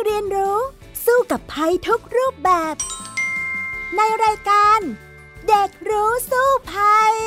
เรียนรู้สู้กับภัยทุกรูปแบบในรายการเด็กรู้สู้ภัย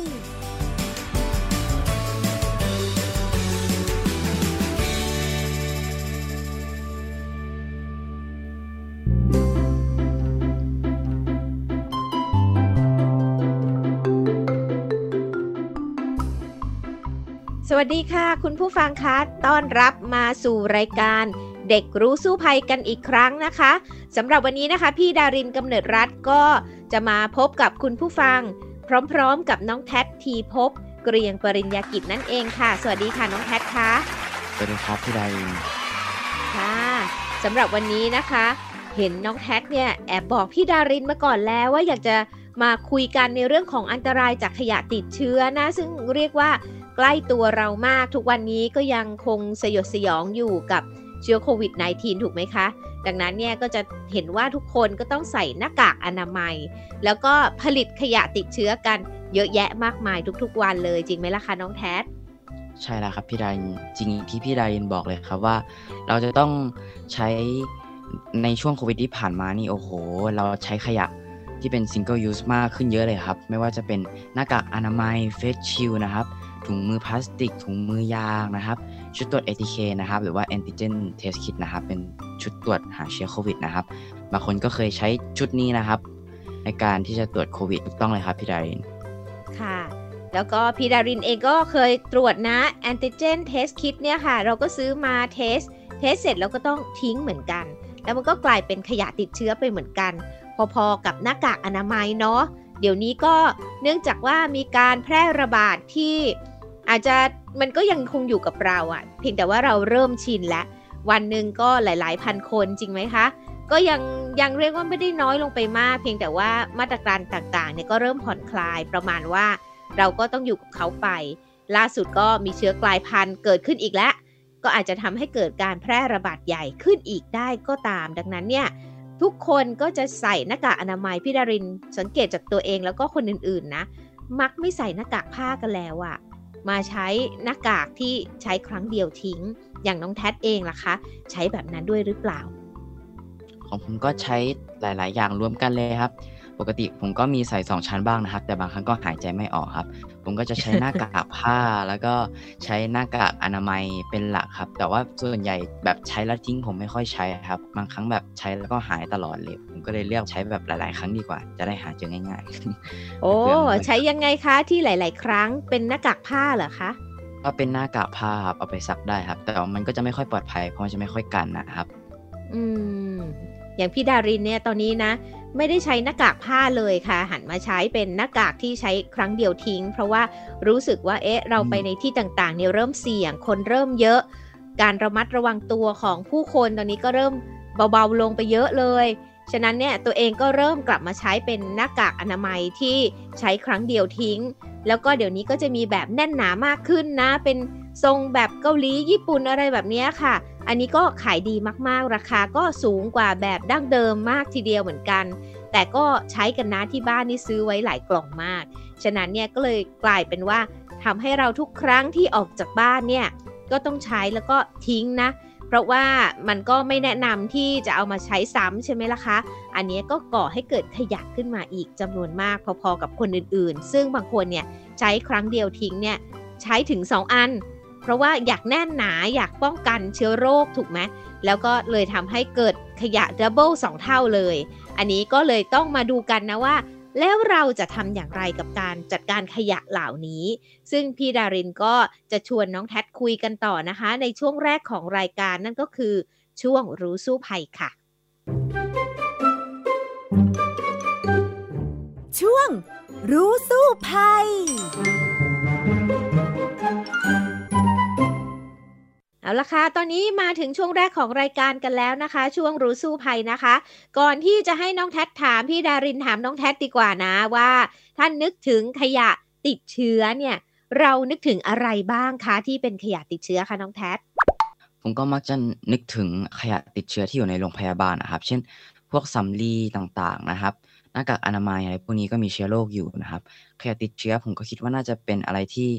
สวัสดีค่ะคุณผู้ฟังคะต้อนรับมาสู่รายการเด็กรู้สู้ภัยกันอีกครั้งนะคะสำหรับวันนี้นะคะพี่ดารินกำเนิดรัตน์ก็จะมาพบกับคุณผู้ฟังพร้อมๆกับน้องแท็ดทีภพเกรียงปริญญากิจนั่นเองค่ะสวัสดีค่ะน้องแท็ดค่ะสวัสดีครับพี่ดารินค่ะสำหรับวันนี้นะคะเห็นน้องแท็ดเนี่ยแอบบอกพี่ดารินมาก่อนแล้วว่าอยากจะมาคุยกันในเรื่องของอันตรายจากขยะติดเชื้อนะซึ่งเรียกว่าใกล้ตัวเรามากทุกวันนี้ก็ยังคงสยดสยองอยู่กับเชื้อโควิด -19 ถูกไหมคะดังนั้นเนี่ยก็จะเห็นว่าทุกคนก็ต้องใส่หน้ากากอนามัยแล้วก็ผลิตขยะติดเชื้อกันเยอะแยะมากมายทุกๆวันเลยจริงไหมล่ะคะน้องแท็ดใช่แล้วครับพี่ดารินจริงที่พี่ดารินบอกเลยครับว่าเราจะต้องใช้ในช่วงโควิดที่ผ่านมานี่โอ้โหเราใช้ขยะที่เป็น single use มากขึ้นเยอะเลยครับไม่ว่าจะเป็นหน้ากากอนามัย face shield นะครับถุงมือพลาสติกถุงมือยางนะครับชุดตรวจ ATK นะครับหรือว่า antigen test kit นะครับเป็นชุดตรวจหาเชื้อโควิดนะครับบางคนก็เคยใช้ชุดนี้นะครับในการที่จะตรวจโควิดถูกต้องเลยครับพี่ดารินค่ะแล้วก็พี่ดารินเองก็เคยตรวจนะ antigen test kit เนี่ยค่ะเราก็ซื้อมาเทสเสร็จแล้วก็ต้องทิ้งเหมือนกันแล้วมันก็กลายเป็นขยะติดเชื้อไปเหมือนกันพอๆกับหน้ากากอนามัยเนาะเดี๋ยวนี้ก็เนื่องจากว่ามีการแพร่ระบาดที่อาจจะมันก็ยังคงอยู่กับเราอ่ะเพียงแต่ว่าเราเริ่มชินแล้ววันหนึ่งก็หลายๆพันคนจริงไหมคะก็ยังเรียกว่าไม่ได้น้อยลงไปมากเพียงแต่ว่ามาตรการต่างๆเนี่ยก็เริ่มผ่อนคลายประมาณว่าเราก็ต้องอยู่กับเขาไปล่าสุดก็มีเชื้อกลายพันธุ์เกิดขึ้นอีกแล้วก็อาจจะทำให้เกิดการแพร่ระบาดใหญ่ขึ้นอีกได้ก็ตามดังนั้นเนี่ยทุกคนก็จะใส่หน้ากากอนามัยพี่ดารินสังเกตจากตัวเองแล้วก็คนอื่นๆนะมักไม่ใส่หน้ากากผ้ากันแล้วอะมาใช้หน้ากากที่ใช้ครั้งเดียวทิ้งอย่างน้องแท็ดเองล่ะคะใช้แบบนั้นด้วยหรือเปล่าของผมก็ใช้หลายๆอย่างรวมกันเลยครับปกติผมก็มีใส่2ชั้นบ้างนะครับแต่บางครั้งก็หายใจไม่ออกครับผมก็จะใช้หน้ากากผ้าแล้วก็ใช้หน้ากากอนามัยเป็นหลักครับแต่ว่าส่วนใหญ่แบบใช้แล้วทิ้งผมไม่ค่อยใช้ครับบางครั้งแบบใช้แล้วก็หายตลอดเลยผมก็เลยเลือกใช้แบบหลายๆครั้งดีกว่าจะได้หาเจอง่ายๆโอ้ใช้ยังไงคะที่หลายๆครั้งเป็นหน้ากากผ้าเหรอคะก็เป็นหน้ากากผ้าครับเอาไปซักได้ครับแต่ว่ามันก็จะไม่ค่อยปลอดภัยเพราะมันจะไม่ค่อยกันนะครับอืมอย่างพี่ดารินเนี่ยตอนนี้นะไม่ได้ใช้หน้ากากผ้าเลยค่ะหันมาใช้เป็นหน้ากากที่ใช้ครั้งเดียวทิ้งเพราะว่ารู้สึกว่าเราไปในที่ต่างๆเนี่ยเริ่มเสี่ยงคนเริ่มเยอะการระมัดระวังตัวของผู้คนตอนนี้ก็เริ่มเบาๆลงไปเยอะเลยฉะนั้นเนี่ยตัวเองก็เริ่มกลับมาใช้เป็นหน้ากากอนามัยที่ใช้ครั้งเดียวทิ้งแล้วก็เดี๋ยวนี้ก็จะมีแบบแน่นหนามากขึ้นนะเป็นทรงแบบเกาหลีญี่ปุ่นอะไรแบบนี้ค่ะอันนี้ก็ขายดีมากๆราคาก็สูงกว่าแบบดั้งเดิมมากทีเดียวเหมือนกันแต่ก็ใช้กันนะที่บ้านนี่ซื้อไว้หลายกล่องมากฉะนั้นเนี่ยก็เลยกลายเป็นว่าทำให้เราทุกครั้งที่ออกจากบ้านเนี่ยก็ต้องใช้แล้วก็ทิ้งนะเพราะว่ามันก็ไม่แนะนำที่จะเอามาใช้ซ้ำใช่ไหมล่ะคะอันนี้ก็ก่อให้เกิดขยะขึ้นมาอีกจำนวนมากพอๆกับคนอื่นๆซึ่งบางคนเนี่ยใช้ครั้งเดียวทิ้งเนี่ยใช้ถึง2อันเพราะว่าอยากแน่นหนาอยากป้องกันเชื้อโรคถูกไหมแล้วก็เลยทำให้เกิดขยะดับเบิล2เท่าเลยอันนี้ก็เลยต้องมาดูกันนะว่าแล้วเราจะทำอย่างไรกับการจัดการขยะเหล่านี้ซึ่งพี่ดารินก็จะชวนน้องแท็ดคุยกันต่อนะคะในช่วงแรกของรายการนั่นก็คือช่วงรู้สู้ภัยค่ะช่วงรู้สู้ภัยเอาละค่ะตอนนี้มาถึงช่วงแรกของรายการกันแล้วนะคะช่วงรู้สู้ภัยนะคะก่อนที่จะให้น้องแท็ดถามพี่ดารินถามน้องแท็ดดีกว่านะว่าท่านนึกถึงขยะติดเชื้อเนี่ยเรานึกถึงอะไรบ้างคะที่เป็นขยะติดเชื้อคะน้องแท็ดผมก็มักจะนึกถึงขยะติดเชื้อที่อยู่ในโรงพยาบาลนะครับเช่นพวกสำลีต่างๆนะครับหน้ากากอนามัยอะไรพวกนี้ก็มีเชื้อโรคอยู่นะครับขยะติดเชื้อผมก็คิดว่าน่าจะเป็นอะไรที่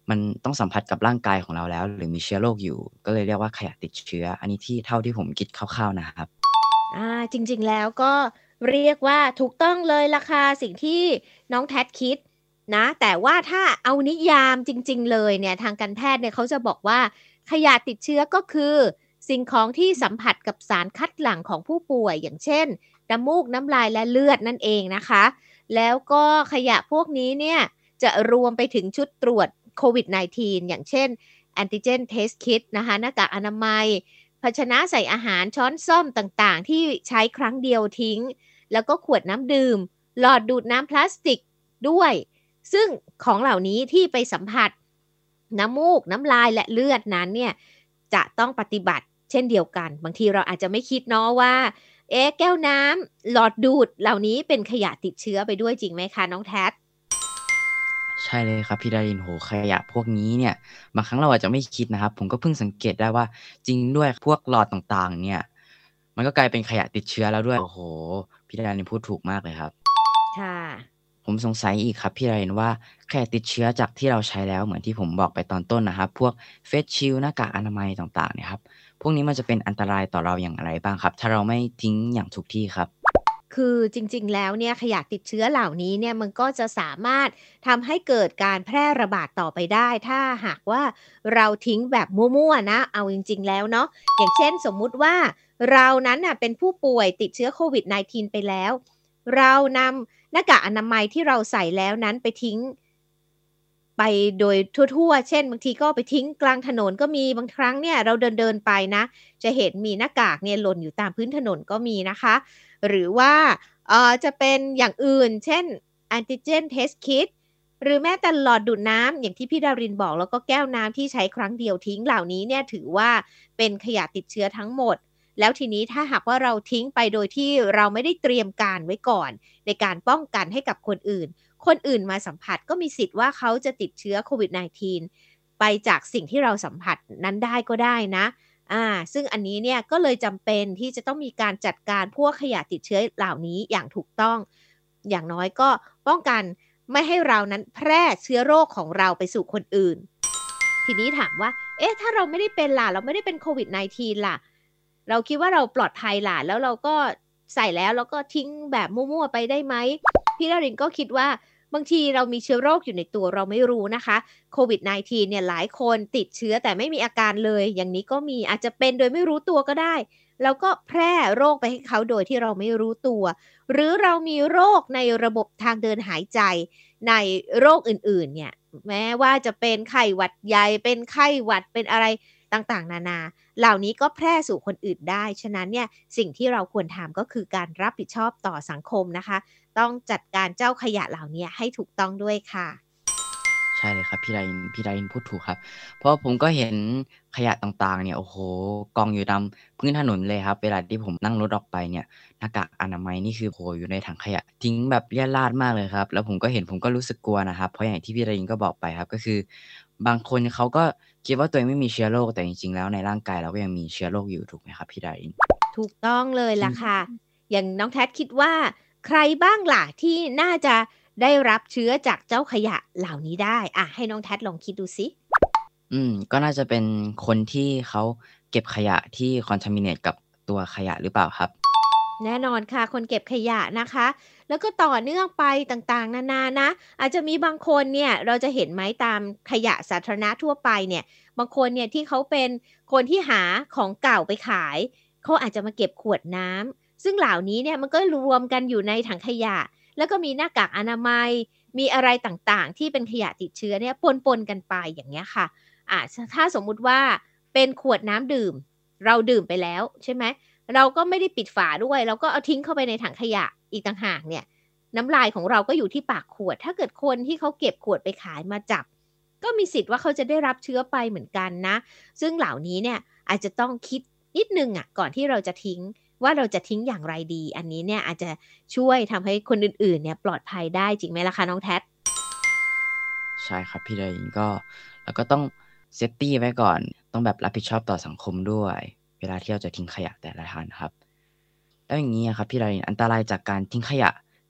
มันต้องสัมผัสกับร่างกายของเราแล้วหรือมีเชื้อโรคอยู่ก็เลยเรียกว่าขยะติดเชื้ออันนี้ที่เท่าที่ผมคิดคร่าวๆนะครับจริงๆแล้วก็เรียกว่าถูกต้องเลยล่ะค่ะสิ่งที่น้องแท็ดคิดนะแต่ว่าถ้าเอานิยามจริงๆเลยเนี่ยทางการแพทย์เนี่ยเขาจะบอกว่าขยะติดเชื้อก็คือสิ่งของที่สัมผัสกับสารคัดหลั่งของผู้ป่วยอย่างเช่นน้ำมูกน้ำลายและเลือดนั่นเองนะคะแล้วก็ขยะพวกนี้เนี่ยจะรวมไปถึงชุดตรวจโควิด -19 อย่างเช่น Antigen Test Kit นะคะหน้ากากอนามัย ภาชนะใส่อาหารช้อนส้อมต่างๆที่ใช้ครั้งเดียวทิ้งแล้วก็ขวดน้ำดื่มหลอดดูดน้ำพลาสติกด้วยซึ่งของเหล่านี้ที่ไปสัมผัสน้ำมูกน้ำลายและเลือดนั้นเนี่ยจะต้องปฏิบัติเช่นเดียวกันบางทีเราอาจจะไม่คิดเนาะว่าแก้วน้ำหลอดดูดเหล่านี้เป็นขยะติดเชื้อไปด้วยจริงไหมคะน้องแท็ดใช่เลยครับพี่ดารินโหขยะพวกนี้เนี่ยบางครั้งเราอาจจะไม่คิดนะครับผมก็เพิ่งสังเกตได้ว่าจริงด้วยพวกหลอดต่างๆเนี่ยมันก็กลายเป็นขยะติดเชื้อแล้วด้วยโอ้โหพี่ดารินพูดถูกมากเลยครับค่ะผมสงสัยอีกครับพี่เรนว่าขยะติดเชื้อจากที่เราใช้แล้วเหมือนที่ผมบอกไปตอนต้นนะครับพวกเฟสชิลหน้ากากอนามัยต่างๆเนี่ยครับพวกนี้มันจะเป็นอันตรายต่อเราอย่างไรบ้างครับถ้าเราไม่ทิ้งอย่างถูกที่ครับคือจริงๆแล้วเนี่ยขยะติดเชื้อเหล่านี้เนี่ยมันก็จะสามารถทำให้เกิดการแพร่ระบาดต่อไปได้ถ้าหากว่าเราทิ้งแบบมั่วๆนะเอาจริงๆแล้วเนาะอย่างเช่นสมมุติว่าเรานั้นน่ะเป็นผู้ป่วยติดเชื้อโควิด -19 ไปแล้วเรานำหน้ากากอนามัยที่เราใส่แล้วนั้นไปทิ้งไปโดยทั่วๆเช่นบางทีก็ไปทิ้งกลางถนนก็มีบางครั้งเนี่ยเราเดินๆไปนะจะเห็นมีหน้ากากเนี่ยหล่นอยู่ตามพื้นถนนก็มีนะคะ หรือว่าจะเป็นอย่างอื่นเช่น Antigen Test Kit หรือแม้แต่หลอดดูดน้ำอย่างที่พี่ดารินบอกแล้วก็แก้วน้ำที่ใช้ครั้งเดียวทิ้งเหล่านี้เนี่ยถือว่าเป็นขยะติดเชื้อทั้งหมดแล้วทีนี้ถ้าหากว่าเราทิ้งไปโดยที่เราไม่ได้เตรียมการไว้ก่อนในการป้องกันให้กับคนอื่นคนอื่นมาสัมผัสก็มีสิทธิ์ว่าเขาจะติดเชื้อโควิด -19 ไปจากสิ่งที่เราสัมผัสนั้นได้ก็ได้นะ ซึ่งอันนี้เนี่ยก็เลยจำเป็นที่จะต้องมีการจัดการพวกขยะติดเชื้อเหล่านี้อย่างถูกต้อง อย่างน้อยก็ป้องกันไม่ให้เรานั้นแพร่เชื้อโรคของเราไปสู่คนอื่น ทีนี้ถามว่า ถ้าเราไม่ได้เป็นล่ะเราไม่ได้เป็นโควิด -19 ล่ะเราคิดว่าเราปลอดภัยล่ะแล้วเราก็ใส่แล้วก็ทิ้งแบบมั่วๆไปได้ไหมพี่ดารินก็คิดว่าบางทีเรามีเชื้อโรคอยู่ในตัวเราไม่รู้นะคะโควิด -19 เนี่ยหลายคนติดเชื้อแต่ไม่มีอาการเลยอย่างนี้ก็มีอาจจะเป็นโดยไม่รู้ตัวก็ได้แล้วก็แพร่โรคไปให้เขาโดยที่เราไม่รู้ตัวหรือเรามีโรคในระบบทางเดินหายใจในโรคอื่นๆเนี่ยแม้ว่าจะเป็นไข้หวัดใหญ่เป็นไข้หวัดเป็นอะไรต่างๆนานาเหล่านี้ก็แพร่สู่คนอื่นได้ฉะนั้นเนี่ยสิ่งที่เราควรทำก็คือการรับผิดชอบต่อสังคมนะคะต้องจัดการเจ้าขยะเหล่านี้ให้ถูกต้องด้วยค่ะใช่เลยครับพี่ไดรินพูดถูกครับเพราะผมก็เห็นขยะต่างๆเนี่ยโอ้โหกองอยู่ตามพื้นถนนเลยครับเวลาที่ผมนั่งรถออกไปเนี่ยหน้ากากอนามัยนี่คือโอ้โฮอยู่ในถังขยะทิ้งแบบเรี่ยราดมากเลยครับแล้วผมก็เห็นผมก็รู้สึกกลัวนะครับเพราะอย่างที่พี่ไดรินก็บอกไปครับก็คือบางคนเขาก็คิดว่าตัวเองไม่มีเชื้อโรคแต่จริงๆแล้วในร่างกายเราก็ยังมีเชื้อโรคอยู่ถูกไหมครับพี่ไดรินถูกต้องเลยซึ่งล่ะค่ะอย่างน้องแท็คิดว่าใครบ้างล่ะที่น่าจะได้รับเชื้อจากเจ้าขยะเหล่านี้ได้ให้น้องแท็ลองคิดดูสิก็น่าจะเป็นคนที่เขาเก็บขยะที่ contaminate กับตัวขยะหรือเปล่าครับแน่นอนค่ะคนเก็บขยะนะคะแล้วก็ต่อเนื่องไปต่างๆนานานะอาจจะมีบางคนเนี่ยเราจะเห็นไหมตามขยะสาธารณะทั่วไปเนี่ยบางคนเนี่ยที่เขาเป็นคนที่หาของเก่าไปขายเขาอาจจะมาเก็บขวดน้ำซึ่งเหล่านี้เนี่ยมันก็รวมกันอยู่ในถังขยะแล้วก็มีหน้ากากอนามัยมีอะไรต่างๆที่เป็นขยะติดเชื้อเนี่ยปนๆกันไปอย่างเงี้ยค่ะถ้าสมมุติว่าเป็นขวดน้ำดื่มเราดื่มไปแล้วใช่ไหม เราก็ไม่ได้ปิดฝาด้วยเราก็เอาทิ้งเข้าไปในถังขยะอีกต่างหากเนี่ยน้ำลายของเราก็อยู่ที่ปากขวดถ้าเกิดคนที่เขาเก็บขวดไปขายมาจับก็มีสิทธิ์ว่าเขาจะได้รับเชื้อไปเหมือนกันนะซึ่งเหล่านี้เนี่ยอาจจะต้องคิดนิดหนึ่งก่อนที่เราจะทิ้งว่าเราจะทิ้งอย่างไรดีอันนี้เนี่ยอาจจะช่วยทำให้คนอื่นๆเนี่ยปลอดภัยได้จริงไหมล่ะคะน้องแท็ใช่ครับพี่ไดรินก็เราก็ต้องเซฟตีไว้ก่อนต้องแบบรับผิดชอบต่อสังคมด้วยเวลาที่เราจะทิ้งขยะแต่ละอันครับแล้วอย่างงี้อะครับพี่ไดรินอันตรายจากการทิ้งขยะ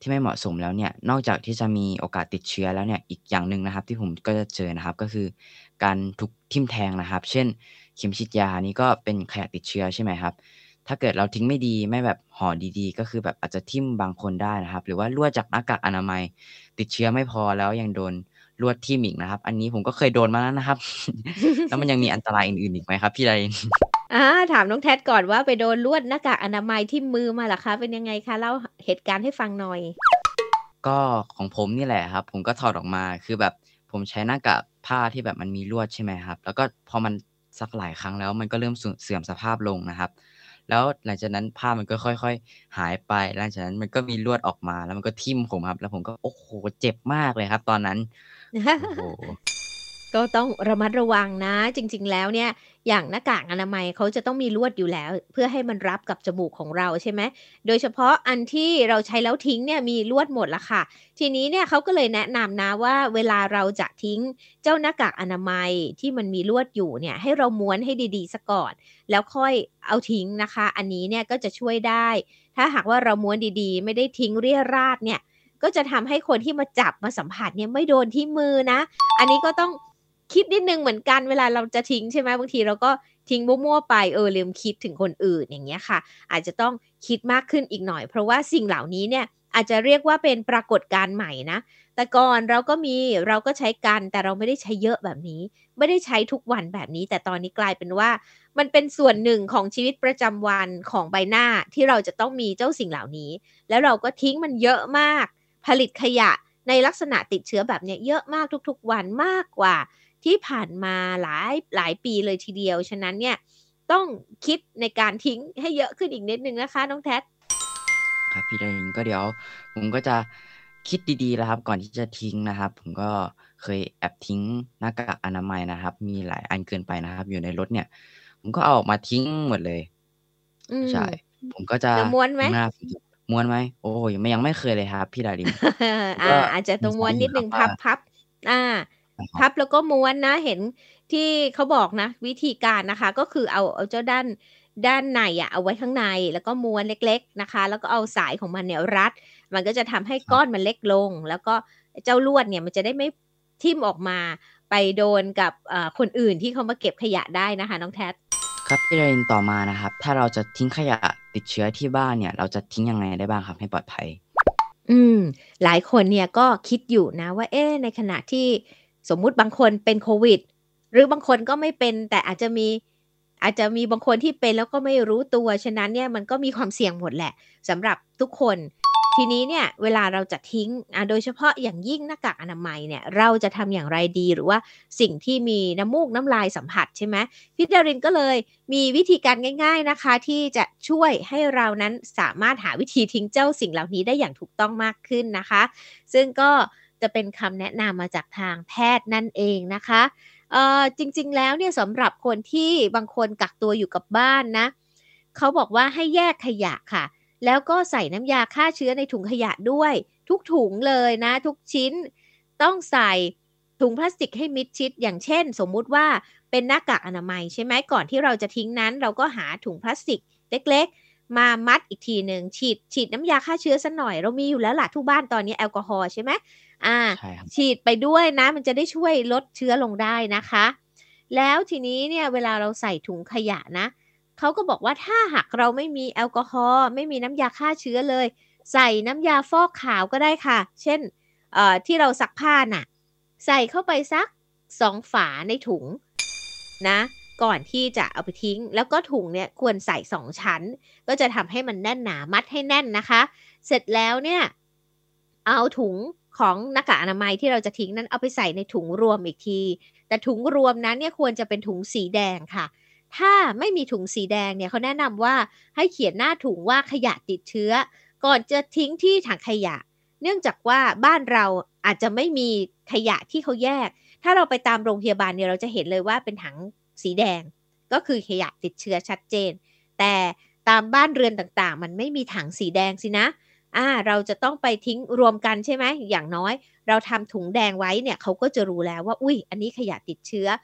ที่ไม่เหมาะสมแล้วเนี่ยนอกจากที่จะมีโอกาสติดเชื้อแล้วเนี่ยอีกอย่างหนึ่งนะครับที่ผมก็จะเจอนะครับก็คือการถูกทิ่มแทงนะครับเช่นเข็มฉีดยานี่ก็เป็นขยะติดเชื้อใช่ไหมครับถ้าเกิดเราทิ้งไม่ดีไม่แบบห่อดีๆก็คือแบบอาจจะทิ่มบางคนได้นะครับหรือว่าลวดจากหน้ากากอนามัยติดเชื้อไม่พอแล้วยังโดนลวดทิ่มอีกนะครับอันนี้ผมก็เคยโดนมาแล้วนะครับ แล้วมันยังมีอันตรายอื่นๆอีกไหมครับพี่ไดรินถามน้องแท็ก่อนว่าไปโดนลวดหน้ากากอนามัยทิ่มมือมาเหรอคะเป็นยังไงคะเล่าเหตุการณ์ให้ฟังหน่อยก็ของผมนี่แหละครับผมก็ถอดออกมาคือแบบผมใช้หน้ากากผ้าที่แบบมันมีลวดใช่ไหมครับแล้วก็พอมันซักหลายครั้งแล้วมันก็เริ่มเสื่อมสภาพลงนะครับแล้วหลังจากนั้นผ้ามันก็ค่อยๆหายไปหลังจากนั้นมันก็มีลวดออกมาแล้วมันก็ทิ่มผมครับแล้วผมก็โอ้โฮเจ็บมากเลยครับตอนนั้นโอ้โฮก็ต้องระมัดระวังนะจริงๆแล้วเนี่ยอย่างหน้ากากอนามัยเขาจะต้องมีลวดอยู่แล้วเพื่อให้มันรับกับจมูกของเราใช่ไหมโดยเฉพาะอันที่เราใช้แล้วทิ้งเนี่ยมีลวดหมดละค่ะทีนี้เนี่ยเขาก็เลยแนะนำนะว่าเวลาเราจะทิ้งเจ้าหน้ากากอนามัยที่มันมีลวดอยู่เนี่ยให้เราม้วนให้ดีๆเสียก่อนแล้วค่อยเอาทิ้งนะคะอันนี้เนี่ยก็จะช่วยได้ถ้าหากว่าเราม้วนดีๆไม่ได้ทิ้งเรี่ยราดเนี่ยก็จะทำให้คนที่มาจับมาสัมผัสเนี่ยไม่โดนที่มือนะ อันนี้ก็ต้องคิดนิดหนึ่งเหมือนกันเวลาเราจะทิ้งใช่ไหมบางทีเราก็ทิ้งมั่วๆไปลืมคิดถึงคนอื่นอย่างเงี้ยค่ะอาจจะต้องคิดมากขึ้นอีกหน่อยเพราะว่าสิ่งเหล่านี้เนี่ยอาจจะเรียกว่าเป็นปรากฏการณ์ใหม่นะแต่ก่อนเราก็ใช้กันแต่เราไม่ได้ใช้เยอะแบบนี้ไม่ได้ใช้ทุกวันแบบนี้แต่ตอนนี้กลายเป็นว่ามันเป็นส่วนหนึ่งของชีวิตประจำวันของใบหน้าที่เราจะต้องมีเจ้าสิ่งเหล่านี้แล้วเราก็ทิ้งมันเยอะมากผลิตขยะ ในลักษณะติดเชื้อแบบเนี้ยเยอะมากทุกๆวันมากกว่าที่ผ่านมาหลายปีเลยทีเดียวฉะนั้นเนี่ยต้องคิดในการทิ้งให้เยอะขึ้นอีกนิดหนึ่งนะคะน้องแท็ครับพี่ไดรินก็เดี๋ยวผมก็จะคิดดีๆแล้วครับก่อนที่จะทิ้งนะครับผมก็เคยแอบทิ้งหน้ากากอนามัยนะครับมีหลายอันเกินไปนะครับอยู่ในรถเนี่ยผมก็เอาออกมาทิ้งหมดเลยอืมใช่ผมก็จะแล้วม้วนไหมข้างหน้าผมจะม้วนไหมโอ้โฮยังไม่เคยเลยครับพี่ดารินผมก็อาจจะต้องม้สงสัยอวนนิดหนึ่งยู่ครับว่าพับอานะครับพับแล้วก็ม้วนนะเห็นที่เขาบอกนะวิธีการนะคะก็คือเอาเจ้าด้านในอะเอาไว้ข้างในแล้วก็ม้วนเล็กๆนะคะแล้วก็เอาสายของมันเนี่ยรัดมันก็จะทำให้ครับก้อนมันเล็กลงแล้วก็เจ้าลวดเนี่ยมันจะได้ไม่ทิ่มออกมาไปโดนกับคนอื่นที่เขามาเก็บขยะได้นะคะน้อง Tat ครับพี่ดารินต่อมานะครับถ้าเราจะทิ้งขยะติดเชื้อที่บ้านเนี่ยเราจะทิ้งยังไงได้บ้างครับให้ปลอดภัยอืมหลายคนเนี่ยก็คิดอยู่นะว่าในขณะที่สมมุติบางคนเป็นโควิดหรือบางคนก็ไม่เป็นแต่อาจจะมีบางคนที่เป็นแล้วก็ไม่รู้ตัวฉะนั้นเนี่ยมันก็มีความเสี่ยงหมดแหละสำหรับทุกคนทีนี้เนี่ยเวลาเราจะทิ้งโดยเฉพาะอย่างยิ่งหน้ากากอนามัยเนี่ยเราจะทำอย่างไรดีหรือว่าสิ่งที่มีน้ำมูกน้ำลายสัมผัสใช่ไหมพี่ดารินก็เลยมีวิธีการง่ายๆนะคะที่จะช่วยให้เรานั้นสามารถหาวิธีทิ้งเจ้าสิ่งเหล่านี้ได้อย่างถูกต้องมากขึ้นนะคะซึ่งก็จะเป็นคำแนะนำมาจากทางแพทย์นั่นเองนะคะจริงๆแล้วเนี่ยสำหรับคนที่บางคนกักตัวอยู่กับบ้านนะเขาบอกว่าให้แยกขยะค่ะแล้วก็ใส่น้ำยาฆ่าเชื้อในถุงขยะด้วยทุกถุงเลยนะทุกชิ้นต้องใส่ถุงพลาสติกให้มิดชิดอย่างเช่นสมมุติว่าเป็นหน้ากากอนามัยใช่ไหมก่อนที่เราจะทิ้งนั้นเราก็หาถุงพลาสติกเล็กๆมามัดอีกทีหนึ่งฉีดน้ำยาฆ่าเชื้อสักหน่อยเรามีอยู่แล้วล่ะทุกบ้านตอนนี้แอลกอฮอล์ใช่ไหมอาใช่ครับฉีดไปด้วยนะมันจะได้ช่วยลดเชื้อลงได้นะคะแล้วทีนี้เนี่ยเวลาเราใส่ถุงขยะนะ เขาก็บอกว่าถ้าหากเราไม่มีแอลกอฮอล์ไม่มีน้ำยาฆ่าเชื้อเลยใส่น้ำยาฟอกขาวก็ได้ค่ะเช่นที่เราซักผ้าน่ะใส่เข้าไปสัก2ฝาในถุงนะก่อนที่จะเอาไปทิ้งแล้วก็ถุงเนี่ยควรใส่2ชั้นก็จะทำให้มันแน่นหนามัดให้แน่นนะคะเสร็จแล้วเนี่ยเอาถุงของหน้ากากอนามัยที่เราจะทิ้งนั้นเอาไปใส่ในถุงรวมอีกทีแต่ถุงรวมนั้นเนี่ยควรจะเป็นถุงสีแดงค่ะ ถ้าไม่มีถุงสีแดงเนี่ยเขาแนะนำว่าให้เขียนหน้าถุงว่าขยะติดเชื้อก่อนจะทิ้งที่ถังขยะเนื่องจากว่าบ้านเราอาจจะไม่มีขยะที่เขาแยกถ้าเราไปตามโรงพยาบาลเนี่ยเราจะเห็นเลยว่าเป็นถังสีแดงก็คือขยะติดเชื้อชัดเจนแต่ตามบ้านเรือนต่างๆมันไม่มีถังสีแดงสินะเราจะต้องไปทิ้งรวมกันใช่ไหมอย่างน้อยเราทำถุงแดงไว้เนี่ยเขาก็จะรู้แล้วว่าอุ้ยอันนี้ขยะติดเชื้อ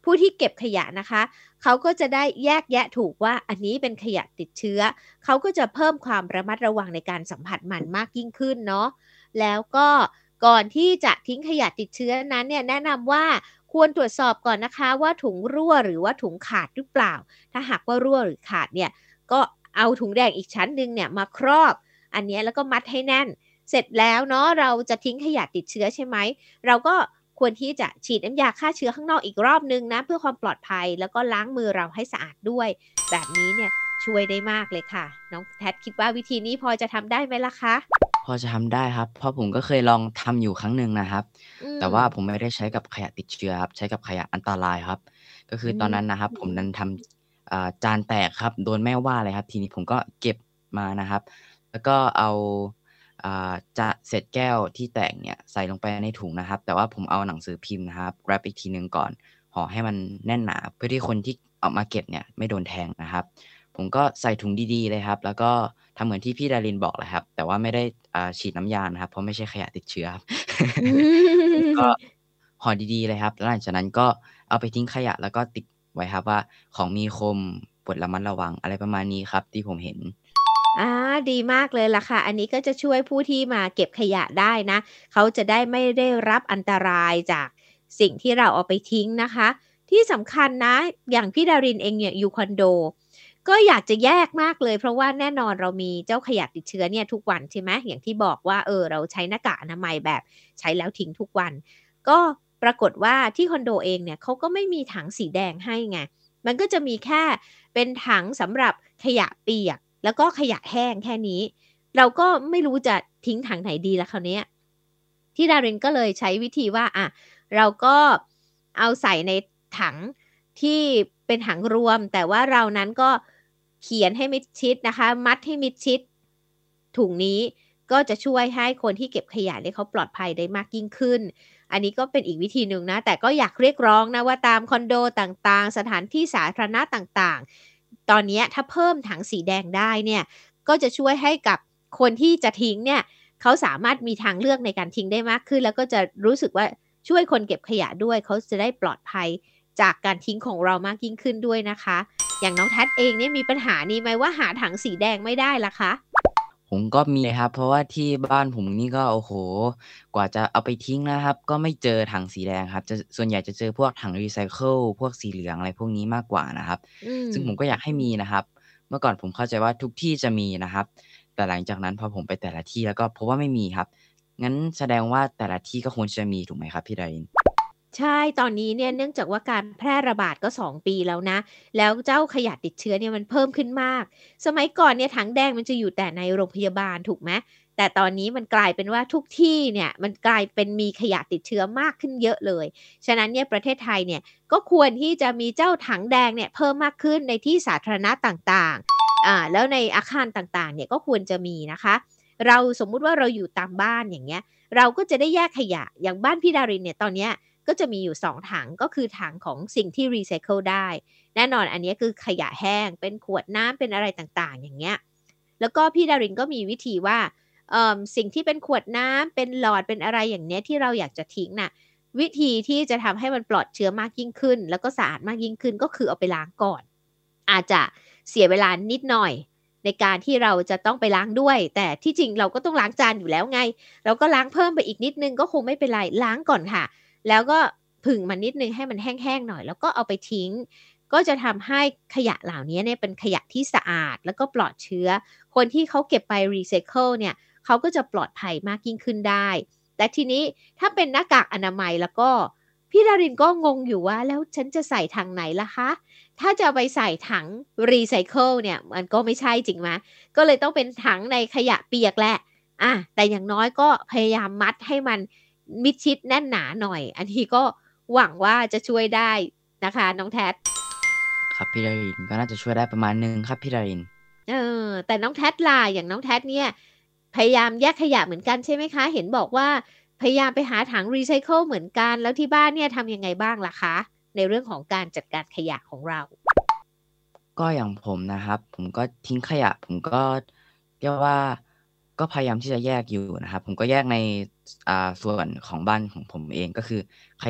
ผู้ที่เก็บขยะนะคะเขาก็จะได้แยกแยะถูกว่าอันนี้เป็นขยะติดเชื้อเขาก็จะเพิ่มความระมัดระวังในการสัมผัสมันมากยิ่งขึ้นเนาะแล้วก็ก่อนที่จะทิ้งขยะติดเชื้อนั้นเนี่ยแนะนำว่าควรตรวจสอบก่อนนะคะว่าถุงรั่วหรือว่าถุงขาดหรือเปล่าถ้าหากว่ารั่วหรือขาดเนี่ยก็เอาถุงแดงอีกชั้นหนึ่งเนี่ยมาครอบอันนี้แล้วก็มัดให้แน่นเสร็จแล้วเนาะเราจะทิ้งขยะติดเชื้อใช่ไหมเราก็ควรที่จะฉีดน้ำยาฆ่าเชื้อข้างนอกอีกรอบนึงนะเพื่อความปลอดภัยแล้วก็ล้างมือเราให้สะอาดด้วยแบบนี้เนี่ยช่วยได้มากเลยค่ะน้องแทดคิดว่าวิธีนี้พอจะทำได้ไหมล่ะคะพอจะทำได้ครับเพราะผมก็เคยลองทำอยู่ครั้งหนึ่งนะครับแต่ว่าผมไม่ได้ใช้กับขยะติดเชื้อครับใช้กับขยะอันตรายครับก็คือตอนนั้นนะครับผมนั้นทำจานแตกครับโดนแม่ว่าเลยครับทีนี้ผมก็เก็บมานะครับแล้วก็เอาจะเศษแก้วที่แตกเนี่ยใส่ลงไปในถุงนะครับแต่ว่าผมเอาหนังสือพิมพ์นะครับแรปอีกทีนึงก่อนห่อให้มันแน่นหนาเพื่อที่คนที่เอามาเก็บเนี่ยไม่โดนแทงนะครับผมก็ใส่ถุงดีๆเลยครับแล้วก็ทำเหมือนที่พี่ดารินบอกแหละครับแต่ว่าไม่ได้ฉีดน้ำยานะครับเพราะไม่ใช่ขยะติดเชื้อครับ ผมก็ห่อดีๆเลยครับแล้วหลังจากนั้นก็เอาไปทิ้งขยะแล้วก็ติดไว้ครับว่าของมีคมโปรดระมัดระวังอะไรประมาณนี้ครับที่ผมเห็นอาดีมากเลยล่ะค่ะอันนี้ก็จะช่วยผู้ที่มาเก็บขยะได้นะเขาจะได้ไม่ได้รับอันตรายจากสิ่งที่เราเอาไปทิ้งนะคะที่สำคัญนะอย่างพี่ดารินเองเนี่ยอยู่คอนโดก็อยากจะแยกมากเลยเพราะว่าแน่นอนเรามีเจ้าขยะติดเชื้อเนี่ยทุกวันใช่ไหมอย่างที่บอกว่าเราใช้หน้ากากอนามัยแบบใช้แล้วทิ้งทุกวันก็ปรากฏว่าที่คอนโดเองเนี่ยเขาก็ไม่มีถังสีแดงให้ไงมันก็จะมีแค่เป็นถังสำหรับขยะเปียก แล้วก็ขยะแห้งแค่นี้เราก็ไม่รู้จะทิ้งถังไหนดีล่ะคราวเนี้ยที่ดารินก็เลยใช้วิธีว่าเราก็เอาใส่ในถังที่เป็นถังรวมแต่ว่าเรานั้นก็เขียนให้มิดชิดนะคะมัดให้มิดชิดถุงนี้ก็จะช่วยให้คนที่เก็บขยะเนี่ยเขาปลอดภัยได้มากยิ่งขึ้นอันนี้ก็เป็นอีกวิธีหนึ่งนะแต่ก็อยากเรียกร้องนะว่าตามคอนโดต่างๆสถานที่สาธารณะต่างๆ ตอนนี้ถ้าเพิ่มถังสีแดงได้เนี่ยก็จะช่วยให้กับคนที่จะทิ้งเนี่ยเขาสามารถมีทางเลือกในการทิ้งได้มากขึ้นแล้วก็จะรู้สึกว่าช่วยคนเก็บขยะด้วยเขาจะได้ปลอดภัยจากการทิ้งของเรามากยิ่งขึ้นด้วยนะคะอย่างน้องแท็ดเองเนี่ยมีปัญหานี้ไหมว่าหาถังสีแดงไม่ได้ล่ะคะผมก็มีเลยครับเพราะว่าที่บ้านผมนี่ก็โอ้โฮกว่าจะเอาไปทิ้งนะครับก็ไม่เจอถังสีแดงครับจะส่วนใหญ่จะเจอพวกถังรีไซเคิลพวกสีเหลืองอะไรพวกนี้มากกว่านะครับอืมซึ่งผมก็อยากให้มีนะครับเมื่อก่อนผมเข้าใจว่าทุกที่จะมีนะครับแต่หลังจากนั้นพอผมไปแต่ละที่แล้วก็พบว่าไม่มีครับงั้นแสดงว่าแต่ละที่ก็ควรจะมีถูกไหมครับพี่ Darin ใช่ตอนนี้เนี่ยเนื่องจากว่าการแพร่ระบาดก็2ปีแล้วนะแล้วเจ้าขยะติดเชื้อเนี่ยมันเพิ่มขึ้นมากสมัยก่อนเนี่ยถังแดงมันจะอยู่แต่ในโรงพยาบาลถูกไหมแต่ตอนนี้มันกลายเป็นว่าทุกที่เนี่ยมันกลายเป็นมีขยะติดเชื้อมากขึ้นเยอะเลยฉะนั้นเนี่ยประเทศไทยเนี่ยก็ควรที่จะมีเจ้าถังแดงเนี่ยเพิ่มมากขึ้นในที่สาธารณะต่างๆแล้วในอาคารต่างๆเนี่ยก็ควรจะมีนะคะเราสมมุติว่าเราอยู่ตามบ้านอย่างเงี้ยเราก็จะได้แยกขยะอย่างบ้านพี่ดารินเนี่ยตอนเนี้ย ก็จะมีอยู่2ถังก็คือถังของสิ่งที่รีไซเคิลได้แน่นอนอันนี้คือขยะแห้งเป็นขวดน้ำเป็นอะไรต่างๆอย่างเงี้ยแล้วก็พี่ดารินก็มีวิธีว่าสิ่งที่เป็นขวดน้ำเป็นหลอดเป็นอะไรอย่างเนี้ยที่เราอยากจะทิ้งน่ะวิธีที่จะทำให้มันปลอดเชื้อมากยิ่งขึ้นแล้วก็สะอาดมากยิ่งขึ้นก็คือเอาไปล้างก่อนอาจจะเสียเวลานิดหน่อยในการที่เราจะต้องไปล้างด้วยแต่ที่จริงเราก็ต้องล้างจานอยู่แล้วไงเราก็ล้างเพิ่มไปอีกนิดนึงก็คงไม่เป็นไรล้างก่อนค่ะ แล้วก็ผึ่งมันนิดนึงให้มันแห้งๆหน่อยแล้วก็เอาไปทิ้งก็จะทำให้ขยะเหล่านี้เนี่ยเป็นขยะที่สะอาดแล้วก็ปลอดเชื้อคนที่เขาเก็บไปรีไซเคิลเนี่ยเขาก็จะปลอดภัยมากยิ่งขึ้นได้แต่ทีนี้ถ้าเป็นหน้ากากอนามัยแล้วก็พี่ดารินก็งงอยู่ว่าแล้วฉันจะใส่ถังไหนล่ะคะถ้าจะเอาไปใส่ถังรีไซเคิลเนี่ยมันก็ไม่ใช่จริงไหมก็เลยต้องเป็นถังในขยะเปียกแหละแต่อย่างน้อยก็พยายามมัดให้มัน มิดชิดแน่นหนาหน่อย อันนี้ก็หวังว่าจะช่วยได้นะคะน้องแท็ดครับพี่ Darin ก็น่าจะช่วยได้ประมาณหนึ่งครับพี่ Darin แต่น้องแท็ดล่ะอย่างน้องแท็ดเนี่ยพยายามแยกขยะเหมือนกันใช่ไหมคะ เห็นบอกว่าพยายามไปหาถังรีไซเคิลเหมือนกัน แล้วที่บ้านเนี่ยทำยังไงบ้างล่ะคะในเรื่องของการจัดการขยะของเราก็อย่างผมนะครับผมก็ทิ้งขยะผมก็เรียกว่าก็พยายามที่จะแยกอยู่นะครับผมก็แยกในส่วนของบ้านของผมเองก็คือขยะ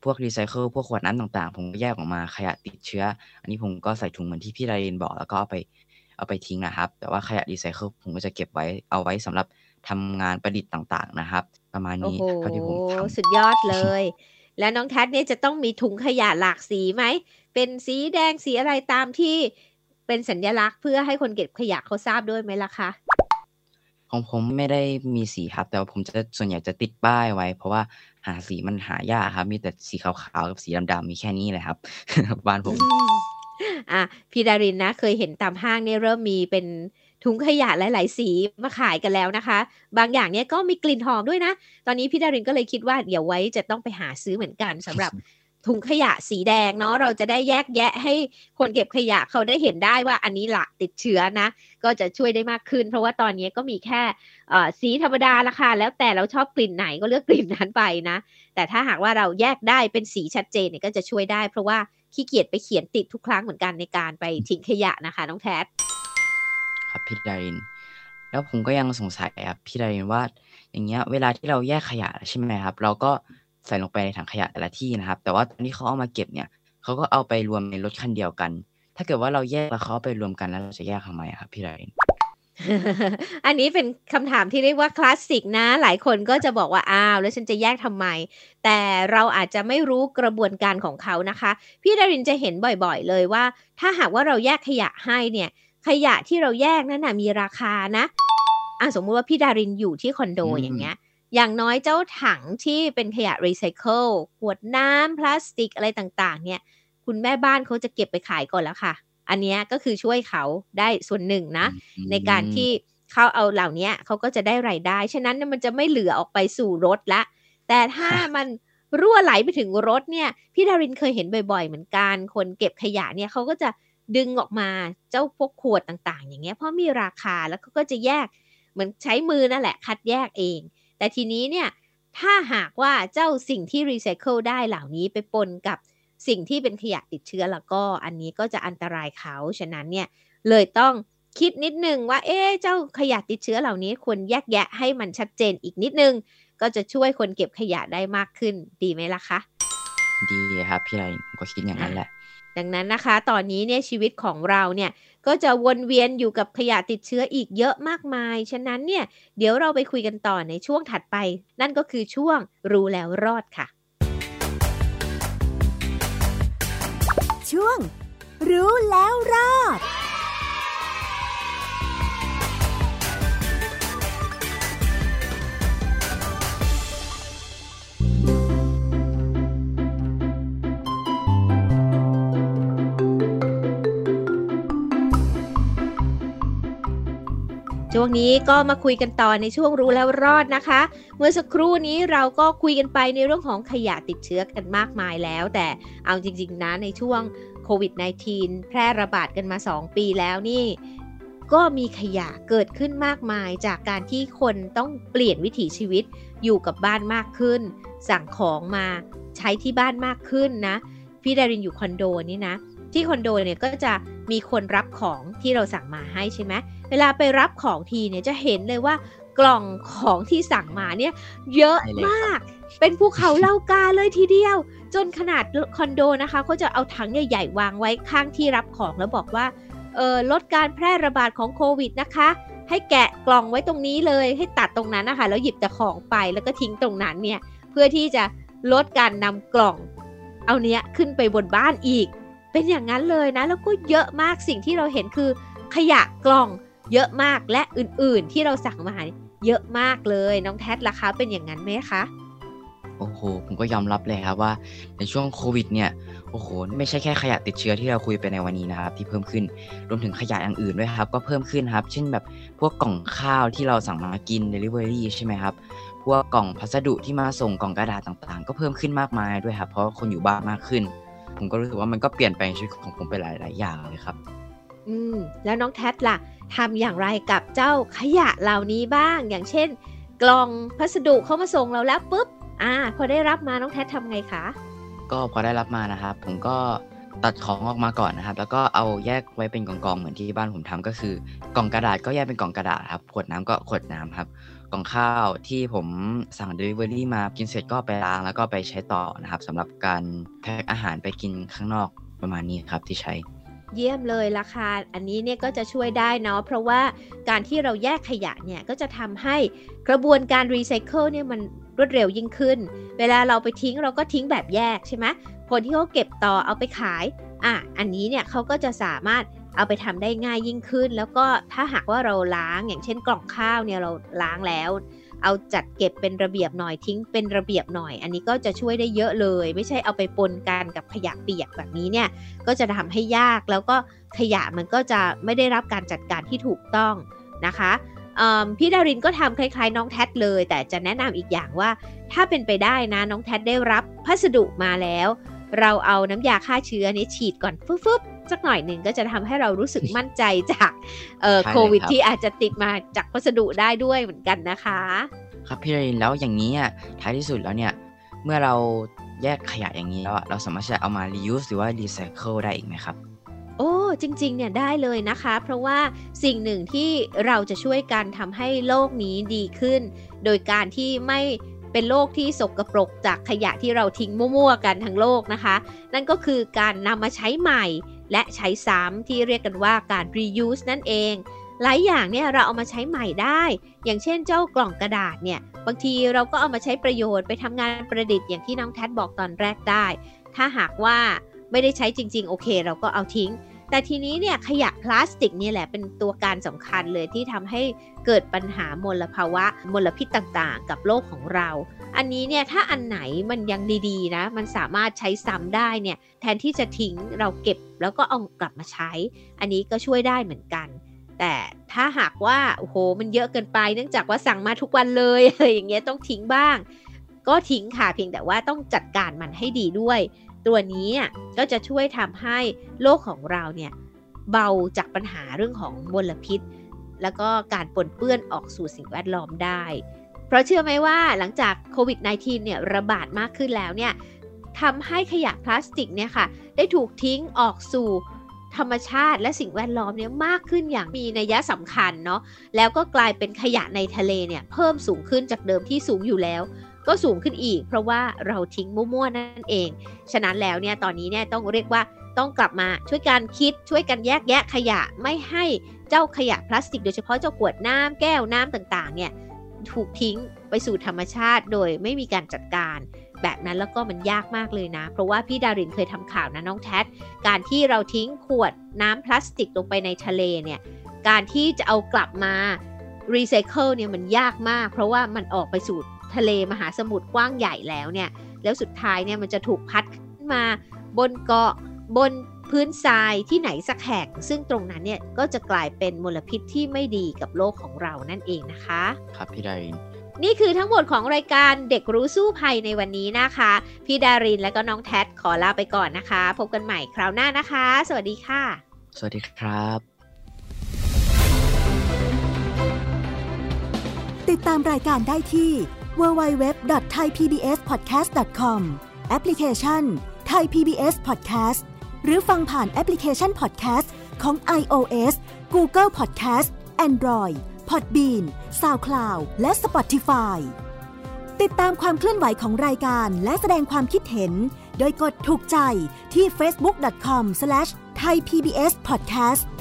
พวกรีไซเคิลพวกขวดน้ำต่างๆผมก็แยกออกมาขยะติดเชื้ออันนี้ผมก็ใส่ถุงเหมือนที่พี่ดารินบอกแล้วก็เอาไปทิ้งนะครับแต่ว่าขยะรีไซเคิลผมก็จะเก็บไว้เอาไว้สำหรับทำงานประดิษฐ์ต่างๆนะครับประมาณโอ้นี้โหเท่าที่ผมทสุดยอดเลย แล้วน้องแทดเนี่ยจะต้องมีถุงขยะหลากสีไหม เป็นสีแดงสีอะไรตามที่เป็นสัญลักษณ์เพื่อให้คนเก็บขยะเขาทราบด้วยไหมล่ะคะำของผมไม่ได้มีสีครับแต่ว่าผมจะส่วนใหญ่จะติดป้ายไว้เพราะว่าหาสีมันหายากครับมีแต่สีขาวๆกับสีดำๆมีแค่นี้เลยครับ บ้านผมอ่ะพี่ดารินนะเคยเห็นตามห้างเนี่ยเริ่มมีเป็นถุงขยะหลายๆสีมาขายกันแล้วนะคะ บางอย่างเนี่ยก็มีกลิ่นหอมด้วยนะ ตอนนี้พี่ดารินก็เลยคิดว่าเดี๋ยวไว้จะต้องไปหาซื้อเหมือนกันสำหรับถุงขยะสีแดงเนาะเราจะได้แยกแยะให้คนเก็บขยะเขาได้เห็นได้ว่าอันนี้ละติดเชื้อนะ ก็จะช่วยได้มากขึ้น เพราะว่าตอนนี้ก็มีแค่สีธรรมดาละค่ะแล้วแต่เราชอบกลิ่นไหนก็เลือกกลิ่นนั้นไปนะ แต่ถ้าหากว่าเราแยกได้เป็นสีชัดเจนเนี่ยก็จะช่วยได้เพราะว่าขี้เกียจไปเขียนติดทุกครั้งเหมือนกันในการไปทิ้งขยะนะคะน้องแทดครับพี่ดารินแล้วผมก็ยังสงสัยครับพี่ดารินว่าอย่างเงี้ยเวลาที่เราแยกขยะใช่ไหมครับเราก็ใส่ลงไปในถังขยะแต่ละที่นะครับแต่ว่าตอนที่เขาเอามาเก็บเนี่ยเขาก็เอาไปรวมในรถคันเดียวกันถ้าเกิดว่าเราแยกแล้วเขาเอาไปรวมกันแล้วเราจะแยกทำไมครับพี่ดารินอันนี้เป็นคำถามที่เรียกว่าคลาสสิกนะหลายคนก็จะบอกว่าอ้าวแล้วฉันจะแยกทำไมแต่เราอาจจะไม่รู้กระบวนการของเขานะคะพี่ดารินจะเห็นบ่อยๆเลยว่าถ้าหากว่าเราแยกขยะให้เนี่ยขยะที่เราแยกนั้นนะมีราคานะสมมุติว่าพี่ดารินอยู่ที่คอนโดอือย่างมเงี้ยอย่างน้อยเจ้าถังที่เป็นขยะรีไซเคิลขวดน้ำพลาสติกอะไรต่างๆเนี่ยคุณแม่บ้านเขาจะเก็บไปขายก่อนแล้วค่ะอันเนี้ยก็คือช่วยเขาได้ส่วนหนึ่งนะอืในการที่มเขาเอาเหล่านี้เขาก็จะได้รายได้ ฉะนั้นมันจะไม่เหลือออกไปสู่รถละแต่ถ้ามันรั่วไหลไปถึงรถเนี่ยพี่ดารินเคยเห็นบ่อยๆเหมือนกันคนเก็บขยะเนี่ยเขาก็จะดึงออกมาเจ้าพวกขวดต่างๆอย่างเงี้ยเพราะมีราคาแล้วก็จะแยกเหมือนใช้มือนั่นแหละคัดแยกเองแต่ทีนี้เนี่ยถ้าหากว่าเจ้าสิ่งที่รีไซเคิลได้เหล่านี้ไปปนกับสิ่งที่เป็นขยะติดเชื้อแล้วก็อันนี้ก็จะอันตรายเขาฉะนั้นเนี่ยเลยต้อง คิดนิดนึงว่าเจ้าขยะติดเชื้อเหล่านี้ควรแยกแยะให้มันชัดเจนอีกนิดนึงก็จะช่วยคนเก็บขยะได้มากขึ้นดีไหมล่ะคะดีครับพี่ดารินผมก็คิดอย่างอ่ะนั้นแหละดังนั้นนะคะตอนนี้เนี่ยชีวิตของเราเนี่ยก็จะวนเวียนอยู่กับขยะติดเชื้ออีกเยอะมากมายฉะนั้นเนี่ยเดี๋ยวเราไปคุยกันต่อในช่วงถัดไปนั่นก็คือช่วงรู้แล้วรอดค่ะช่วงรู้แล้วรอดช่วงนี้ก็มาคุยกันต่อในช่วงรู้แล้วรอดนะคะเมื่อสักครู่นี้เราก็คุยกันไปในเรื่องของขยะติดเชื้อกันมากมายแล้วแต่เอาจริงๆนะในช่วงโควิด -19 แพร่ระบาดกันมา2ปีแล้วนี่ก็มีขยะเกิดขึ้นมากมายจากการที่คนต้องเปลี่ยนวิถีชีวิตอยู่กับบ้านมากขึ้นสั่งของมาใช้ที่บ้านมากขึ้นนะพี่ดารินอยู่คอนโดนี่นะที่คอนโดเนี่ยก็จะมีคนรับของที่เราสั่งมาให้ใช่ไหม เวลาไปรับของทีเนี่ยจะเห็นเลยว่ากล่องของที่สั่งมาเนี่ยเยอะใช่เลยครับมากเป็นภูเขาเหล้ากาเลยทีเดียวจนขนาดคอนโดนะคะเขาจะเอาถังใหญ่ๆวางไว้ข้างที่รับของแล้วบอกว่าลดการแพร่ระบาดของโควิดนะคะให้แกะกล่องไว้ตรงนี้เลยให้ตัดตรงนั้นนะคะแล้วหยิบแต่ของไปแล้วก็ทิ้งตรงนั้นเนี่ยเพื่อที่จะลดการนำกล่องเอาเนี้ยขึ้นไปบนบ้านอีกเป็นอย่างนั้นเลยนะแล้วก็เยอะมากสิ่งที่เราเห็นคือขยะกล่อง เยอะมากและอื่นๆที่เราสั่งมาเยอะมากเลยน้องแทดล่ะคะเป็นอย่างนั้นไหมคะโอ้โฮผมก็ยอมรับเลยครับว่าในช่วงโควิดเนี่ยโอ้โฮไม่ใช่แค่ขยะติดเชื้อที่เราคุยไปในวันนี้นะครับที่เพิ่มขึ้นรวมถึงขยะอย่างอื่นด้วยครับก็เพิ่มขึ้นครับเช่นแบบพวกกล่องข้าวที่เราสั่งมากินดิลิเวอรีใช่ไหมครับพวกกล่องพัสดุที่มาส่งกล่องกระดาษต่างๆก็เพิ่มขึ้นมากมายด้วยครับเพราะคนอยู่บ้านมากขึ้นผมก็รู้สึกว่ามันก็เปลี่ยนแปลงชีวิตของผมไปหลายๆอย่างเลยครับแล้วน้องแทดล่ะทำอย่างไรกับเจ้าขยะเหล่านี้บ้างอย่างเช่นกล่องพัสดุเข้ามาส่งเราแล้วปุ๊บพอได้รับมาน้องแทดทำไงคะก็พอได้รับมานะครับผมก็ตัดของออกมาก่อนนะครับแล้วก็เอาแยกไว้เป็นกองๆเหมือนที่บ้านผมทำก็คือกล่องกระดาษก็แยกเป็นกล่องกระดาษครับขวดน้ำก็ขวดน้ำครับล่องข้าวที่ผมสั่ง Delivery มากินเสร็จก็ไปล้างแล้วก็ไปใช้ต่อนะครับสำหรับการแพ็คอาหารไปกินข้างนอกประมาณนี้ครับที่ใช้เยี่ยมเลยล่ะค่ะอันนี้เนี่ยก็จะช่วยได้เนาะเพราะว่าการที่เราแยกขยะเนี่ยก็จะทำให้กระบวนการรีไซเคิลเนี่ยมันรวดเร็วยิ่งขึ้นเวลาเราไปทิ้งเราก็ทิ้งแบบแยกใช่ไหมคนที่เขาเก็บต่อเอาไปขายอันนี้เนี่ยเขาก็จะสามารถเอาไปทำได้ง่ายยิ่งขึ้นแล้วก็ถ้าหากว่าเราล้างอย่างเช่นกล่องข้าวเนี่ยเราล้างแล้วเอาจัดเก็บเป็นระเบียบหน่อยทิ้งเป็นระเบียบหน่อยอันนี้ก็จะช่วยได้เยอะเลยไม่ใช่เอาไปปนกันกับขยะเปียกแบบนี้เนี่ยก็จะทำให้ยากแล้วก็ขยะมันก็จะไม่ได้รับการจัดการที่ถูกต้องนะคะพี่ดารินก็ทำคล้ายๆน้องแท็ดเลยแต่จะแนะนำอีกอย่างว่าถ้าเป็นไปได้นะน้องแท็ดได้รับพัสดุมาแล้วเราเอาน้ำยาฆ่าเชื้อนี้ฉีดก่อนฟึบๆสักหน่อยหนึ่งก็จะทำให้เรารู้สึกมั่นใจจากโควิดที่อาจจะติดมาจากพัสดุได้ด้วยเหมือนกันนะคะครับพี่ดารินแล้วอย่างนี้ท้ายที่สุดแล้วเนี่ยเมื่อเราแยกขยะอย่างนี้แล้วเราสามารถจะเอามา reuse หรือว่า recycle ได้อีกไหมครับโอ้จริงๆเนี่ยได้เลยนะคะเพราะว่าสิ่งหนึ่งที่เราจะช่วยกันทำให้โลกนี้ดีขึ้นโดยการที่ไม่เป็นโลกที่สกปรกจากขยะที่เราทิ้งมั่วๆกันทั้งโลกนะคะนั่นก็คือการนำมาใช้ใหม่และใช้ซ้ำที่เรียกกันว่าการ reuse นั่นเองหลายอย่างเนี่ยเราเอามาใช้ใหม่ได้อย่างเช่นเจ้ากล่องกระดาษเนี่ยบางทีเราก็เอามาใช้ประโยชน์ไปทำงานประดิษฐ์อย่างที่น้องแท็ดบอกตอนแรกได้ถ้าหากว่าไม่ได้ใช้จริงๆโอเคเราก็เอาทิ้งแต่ทีนี้เนี่ยขยะพลาสติกนี่แหละเป็นตัวการสำคัญเลยที่ทำให้เกิดปัญหามลภาวะมลพิษต่างๆกับโลกของเราอันนี้เนี่ยถ้าอันไหนมันยังดีๆนะมันสามารถใช้ซ้ำได้เนี่ยแทนที่จะทิ้งเราเก็บแล้วก็เอากลับมาใช้อันนี้ก็ช่วยได้เหมือนกันแต่ถ้าหากว่าโอ้โหมันเยอะเกินไปเนื่องจากว่าสั่งมาทุกวันเลยอะไรอย่างเงี้ยต้องทิ้งบ้างก็ทิ้งค่ะเพียงแต่ว่าต้องจัดการมันให้ดีด้วยตัวนี้ก็จะช่วยทำให้โลกของเราเนี่ยเบาจากปัญหาเรื่องของมลพิษแล้วก็การปนเปื้อนออกสู่สิ่งแวดล้อมได้เพราะเชื่อไหมว่าหลังจากโควิด -19 เนี่ยระบาดมากขึ้นแล้วเนี่ยทำให้ขยะพลาสติกเนี่ยค่ะได้ถูกทิ้งออกสู่ธรรมชาติและสิ่งแวดล้อมเนี่ยมากขึ้นอย่างมีนัยสำคัญเนาะแล้วก็กลายเป็นขยะในทะเลเนี่ยเพิ่มสูงขึ้นจากเดิมที่สูงอยู่แล้วก็สูงขึ้นอีกเพราะว่าเราทิ้งมั่วๆนั่นเองฉะนั้นแล้วเนี่ยตอนนี้เนี่ยต้องเรียกว่าต้องกลับมาช่วยกันคิดช่วยกันแยกแยะขยะไม่ให้เจ้าขยะพลาสติกโดยเฉพาะเจ้าขวดน้ำแก้วน้ำต่างๆเนี่ยถูกทิ้งไปสู่ธรรมชาติโดยไม่มีการจัดการแบบนั้นแล้วก็มันยากมากเลยนะเพราะว่าพี่ดารินเคยทำข่าวนะน้องแท็ดการที่เราทิ้งขวดน้ำพลาสติกลงไปในทะเลเนี่ยการที่จะเอากลับมารีไซเคิลเนี่ยมันยากมากเพราะว่ามันออกไปสู่ทะเลมหาสมุทรกว้างใหญ่แล้วเนี่ยแล้วสุดท้ายเนี่ยมันจะถูกพัดขึ้นมาบนเกาะบนพื้นทรายที่ไหนสักแห่งซึ่งตรงนั้นเนี่ยก็จะกลายเป็นมลพิษที่ไม่ดีกับโลกของเรานั่นเองนะคะครับพี่ดารินนี่คือทั้งหมดของรายการเด็กรู้สู้ภัยในวันนี้นะคะพี่ดารินและก็น้องแท็ดขอลาไปก่อนนะคะพบกันใหม่คราวหน้านะคะสวัสดีค่ะสวัสดีครับติดตามรายการได้ที่ www.thaipbspodcast.com แอปพลิเคชัน Thai PBS Podcast หรือฟังผ่านแอปพลิเคชัน Podcast ของ iOS Google Podcast Android Podbean SoundCloud และ Spotify ติดตามความเคลื่อนไหวของรายการและแสดงความคิดเห็นโดยกดถูกใจที่ facebook.com/thaipbspodcast